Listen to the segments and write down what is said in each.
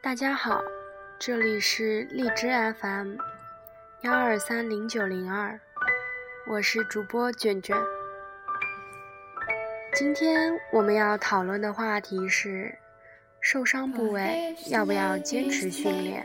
大家好，这里是荔枝 FM 1230902，我是主播卷卷。今天我们要讨论的话题是受伤部位要不要坚持训练。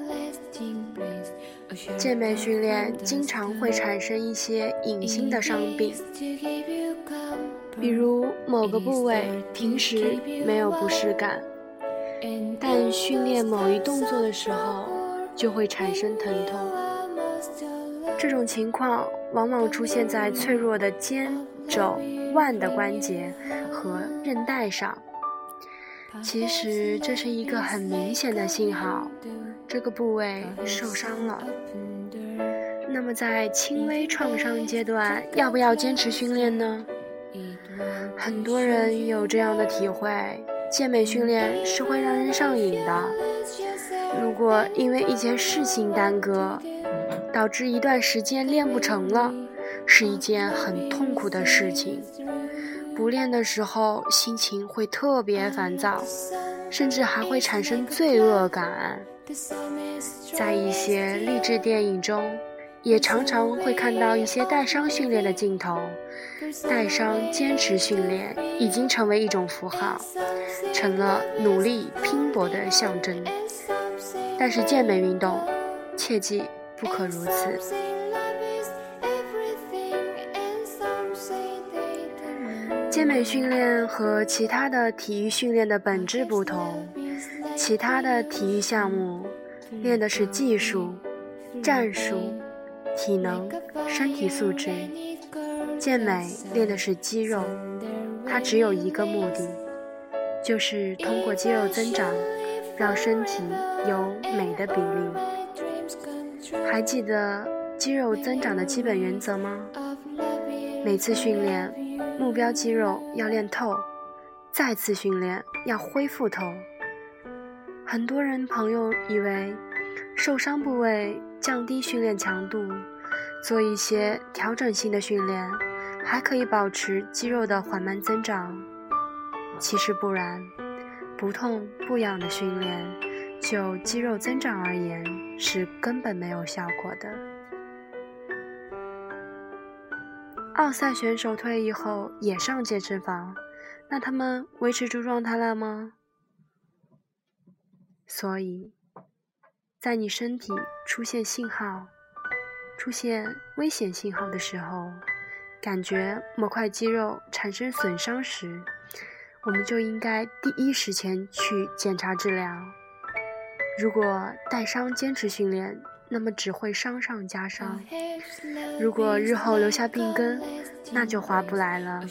健美训练经常会产生一些隐性的伤病，比如某个部位平时没有不适感，但训练某一动作的时候就会产生疼痛。这种情况往往出现在脆弱的肩、肘、腕的关节和韧带上。其实这是一个很明显的信号，这个部位受伤了。那么在轻微创伤阶段，要不要坚持训练呢？很多人有这样的体会，健美训练是会让人上瘾的。如果因为一件事情耽搁，导致一段时间练不成了，是一件很痛苦的事情。不练的时候，心情会特别烦躁，甚至还会产生罪恶感。在一些励志电影中，也常常会看到一些带伤训练的镜头。带伤坚持训练已经成为一种符号，成了努力拼搏的象征。但是健美运动，切记不可如此。健美训练和其他的体育训练的本质不同，其他的体育项目练的是技术、战术、体能、身体素质，健美练的是肌肉，它只有一个目的，就是通过肌肉增长，让身体有美的比例。还记得肌肉增长的基本原则吗？每次训练，目标肌肉要练透，再次训练要恢复透。很多人朋友以为受伤部位降低训练强度，做一些调整性的训练，还可以保持肌肉的缓慢增长。其实不然，不痛不痒的训练，就肌肉增长而言，是根本没有效果的。奥赛选手退役后也上健身房，那他们维持住状态了吗？所以，在你身体出现信号、出现危险信号的时候，感觉某块肌肉产生损伤时，我们就应该第一时间去检查治疗。如果带伤坚持训练，那么只会伤上加伤。如果日后留下病根，那就划不来了。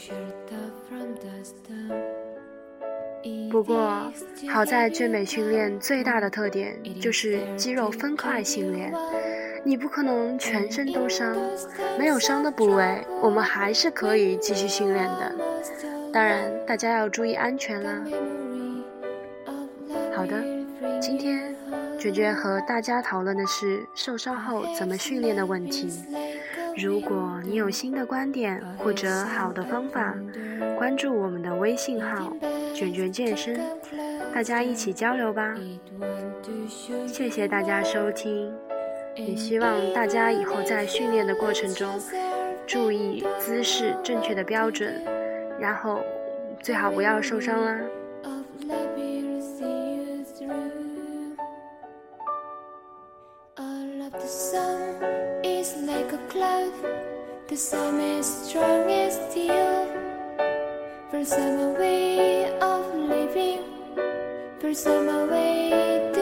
不过，好在健美训练最大的特点就是肌肉分块训练，你不可能全身都伤，没有伤的部位，我们还是可以继续训练的。当然，大家要注意安全啦。好的，今天卷卷和大家讨论的是受伤后怎么训练的问题。如果你有新的观点或者好的方法，关注我们的微信号卷卷健身，大家一起交流吧。谢谢大家收听，也希望大家以后在训练的过程中注意姿势正确的标准，然后最好不要受伤啦。 The sun is strong as steel. For some a way of living, for some a way